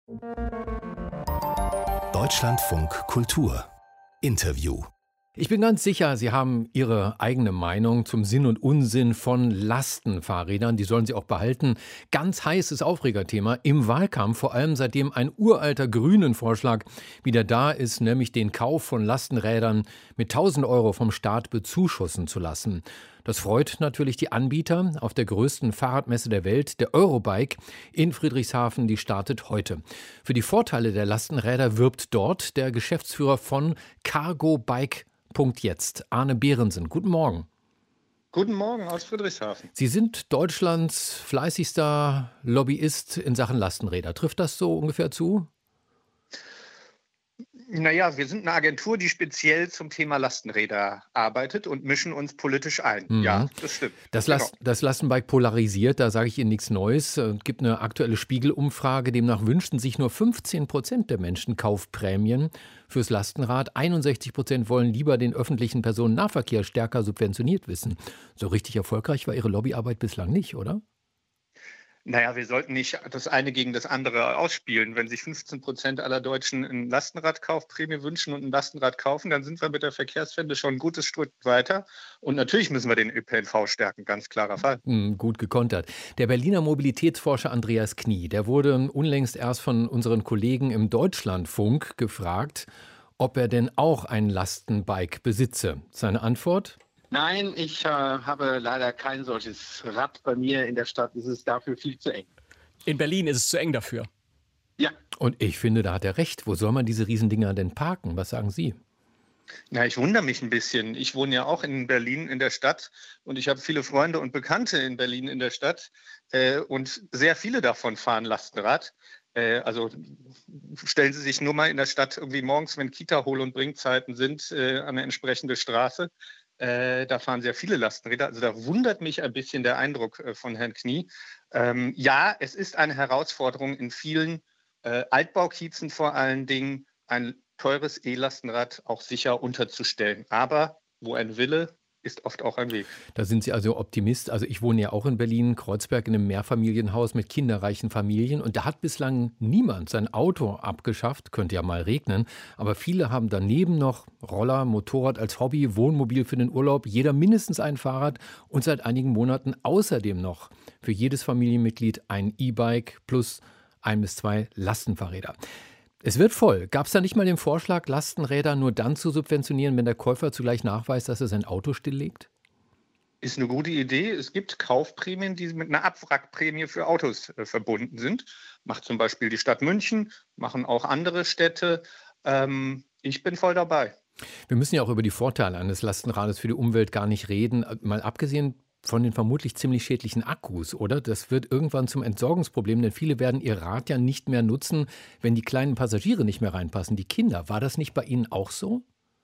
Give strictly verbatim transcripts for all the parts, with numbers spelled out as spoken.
Deutschlandfunk Kultur Interview. Ich bin ganz sicher, Sie haben Ihre eigene Meinung zum Sinn und Unsinn von Lastenfahrrädern. Die sollen Sie auch behalten. Ganz heißes Aufregerthema im Wahlkampf, vor allem seitdem ein uralter Grünen-Vorschlag wieder da ist, nämlich den Kauf von Lastenrädern mit tausend Euro vom Staat bezuschussen zu lassen. Das freut natürlich die Anbieter auf der größten Fahrradmesse der Welt, der Eurobike in Friedrichshafen, die startet heute. Für die Vorteile der Lastenräder wirbt dort der Geschäftsführer von Cargo Bike Punkt jetzt, Arne Behrensen. Guten Morgen. Guten Morgen aus Friedrichshafen. Sie sind Deutschlands fleißigster Lobbyist in Sachen Lastenräder. Trifft das so ungefähr zu? Naja, wir sind eine Agentur, die speziell zum Thema Lastenräder arbeitet und mischen uns politisch ein. Mhm. Ja, das stimmt. Das, Genau. Last, das Lastenbike polarisiert, da sage ich Ihnen nichts Neues. Es gibt eine aktuelle Spiegel-Umfrage, demnach wünschten sich nur fünfzehn Prozent der Menschen Kaufprämien fürs Lastenrad. einundsechzig Prozent wollen lieber den öffentlichen Personennahverkehr stärker subventioniert wissen. So richtig erfolgreich war Ihre Lobbyarbeit bislang nicht, oder? Naja, wir sollten nicht das eine gegen das andere ausspielen. Wenn sich fünfzehn Prozent aller Deutschen ein Lastenradkaufprämie wünschen und ein Lastenrad kaufen, dann sind wir mit der Verkehrswende schon ein gutes Stück weiter. Und natürlich müssen wir den Ö P N V stärken, ganz klarer Fall. Hm, gut gekontert. Der Berliner Mobilitätsforscher Andreas Knie, der wurde unlängst erst von unseren Kollegen im Deutschlandfunk gefragt, ob er denn auch ein Lastenbike besitze. Seine Antwort? Nein, ich äh, habe leider kein solches Rad bei mir in der Stadt. Es ist dafür viel zu eng. In Berlin ist es zu eng dafür. Ja. Und ich finde, da hat er recht. Wo soll man diese Riesendinger denn parken? Was sagen Sie? Na, ich wundere mich ein bisschen. Ich wohne ja auch in Berlin in der Stadt und ich habe viele Freunde und Bekannte in Berlin in der Stadt äh, und sehr viele davon fahren Lastenrad. Äh, also stellen Sie sich nur mal in der Stadt irgendwie morgens, wenn Kita-Hol- und Bringzeiten sind, äh, an eine entsprechende Straße. Äh, da fahren sehr viele Lastenräder. Also da wundert mich ein bisschen der Eindruck äh, von Herrn Knie. Ähm, ja, es ist eine Herausforderung in vielen äh, Altbaukiezen vor allen Dingen, ein teures E-Lastenrad auch sicher unterzustellen. Aber wo ein Wille ist oft auch ein Weg. Da sind Sie also Optimist. Also ich wohne ja auch in Berlin, Kreuzberg, in einem Mehrfamilienhaus mit kinderreichen Familien. Und da hat bislang niemand sein Auto abgeschafft. Könnte ja mal regnen. Aber viele haben daneben noch Roller, Motorrad als Hobby, Wohnmobil für den Urlaub. Jeder mindestens ein Fahrrad und seit einigen Monaten außerdem noch für jedes Familienmitglied ein E-Bike plus ein bis zwei Lastenfahrräder. Es wird voll. Gab es da nicht mal den Vorschlag, Lastenräder nur dann zu subventionieren, wenn der Käufer zugleich nachweist, dass er sein Auto stilllegt? Ist eine gute Idee. Es gibt Kaufprämien, die mit einer Abwrackprämie für Autos äh, verbunden sind. Macht zum Beispiel die Stadt München, machen auch andere Städte. Ähm, ich bin voll dabei. Wir müssen ja auch über die Vorteile eines Lastenrades für die Umwelt gar nicht reden. Mal abgesehen von den vermutlich ziemlich schädlichen Akkus, oder? Das wird irgendwann zum Entsorgungsproblem, denn viele werden ihr Rad ja nicht mehr nutzen, wenn die kleinen Passagiere nicht mehr reinpassen, die Kinder. War das nicht bei Ihnen auch so?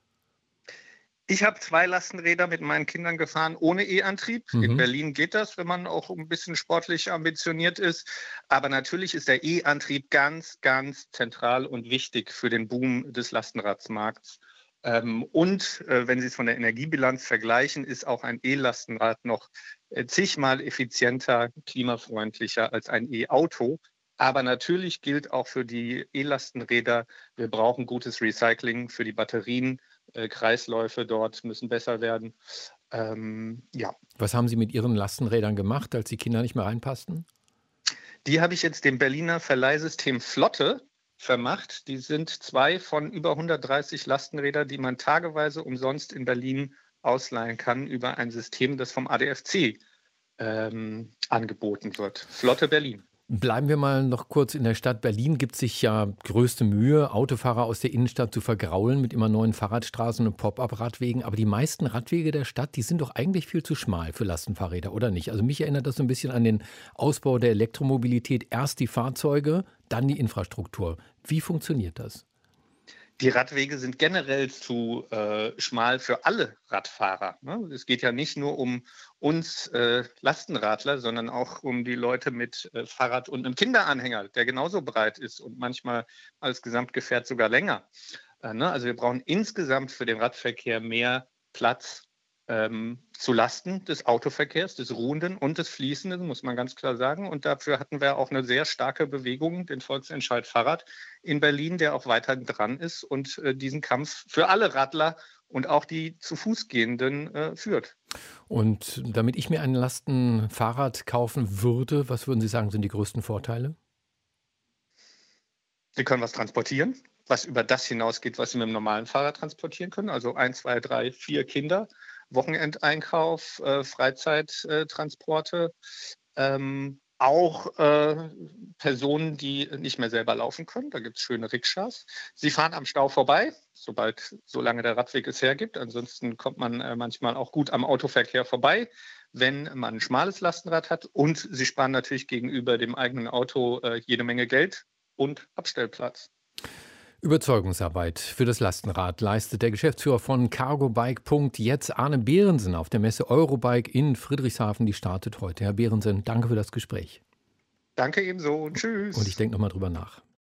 Ich habe zwei Lastenräder mit meinen Kindern gefahren ohne E-Antrieb. Mhm. In Berlin geht das, wenn man auch ein bisschen sportlich ambitioniert ist. Aber natürlich ist der E-Antrieb ganz, ganz zentral und wichtig für den Boom des Lastenradsmarkts. Ähm, und äh, wenn Sie es von der Energiebilanz vergleichen, ist auch ein E-Lastenrad noch äh, zigmal effizienter, klimafreundlicher als ein E-Auto. Aber natürlich gilt auch für die E-Lastenräder, wir brauchen gutes Recycling für die Batterien. Äh, Kreisläufe dort müssen besser werden. Ähm, ja. Was haben Sie mit Ihren Lastenrädern gemacht, als die Kinder nicht mehr reinpassten? Die habe ich jetzt dem Berliner Verleihsystem Flotte vermacht. Die sind zwei von über hundertdreißig Lastenräder, die man tageweise umsonst in Berlin ausleihen kann über ein System, das vom A D F C ähm, angeboten wird. Flotte Berlin. Bleiben wir mal noch kurz in der Stadt. Berlin gibt sich ja größte Mühe, Autofahrer aus der Innenstadt zu vergraulen mit immer neuen Fahrradstraßen und Pop-up-Radwegen. Aber die meisten Radwege der Stadt, die sind doch eigentlich viel zu schmal für Lastenfahrräder, oder nicht? Also mich erinnert das so ein bisschen an den Ausbau der Elektromobilität. Erst die Fahrzeuge, dann die Infrastruktur. Wie funktioniert das? Die Radwege sind generell zu äh, schmal für alle Radfahrer. Ne? Es geht ja nicht nur um uns äh, Lastenradler, sondern auch um die Leute mit äh, Fahrrad und einem Kinderanhänger, der genauso breit ist und manchmal als Gesamtgefährt sogar länger. Äh, ne? Also wir brauchen insgesamt für den Radverkehr mehr Platz ähm, zu Lasten des Autoverkehrs, des Ruhenden und des Fließenden, muss man ganz klar sagen. Und dafür hatten wir auch eine sehr starke Bewegung, den Volksentscheid Fahrrad in Berlin, der auch weiter dran ist und äh, diesen Kampf für alle Radler und auch die zu Fuß Gehenden äh, führt. Und damit ich mir ein Lastenfahrrad kaufen würde, was würden Sie sagen, sind die größten Vorteile? Sie können was transportieren, was über das hinausgeht, was Sie mit dem normalen Fahrrad transportieren können. Also ein, zwei, drei, vier Kinder, Wochenendeinkauf, äh, Freizeittransporte, ähm, auch äh, Personen, die nicht mehr selber laufen können. Da gibt es schöne Rikschas. Sie fahren am Stau vorbei, sobald, solange der Radweg es hergibt. Ansonsten kommt man äh, manchmal auch gut am Autoverkehr vorbei, wenn man ein schmales Lastenrad hat. Und Sie sparen natürlich gegenüber dem eigenen Auto äh, jede Menge Geld und Abstellplatz. Überzeugungsarbeit für das Lastenrad leistet der Geschäftsführer von Cargobike Punkt Jetzt, Arne Behrensen, auf der Messe Eurobike in Friedrichshafen. Die startet heute. Herr Behrensen, danke für das Gespräch. Danke ebenso und tschüss. Und ich denke nochmal drüber nach.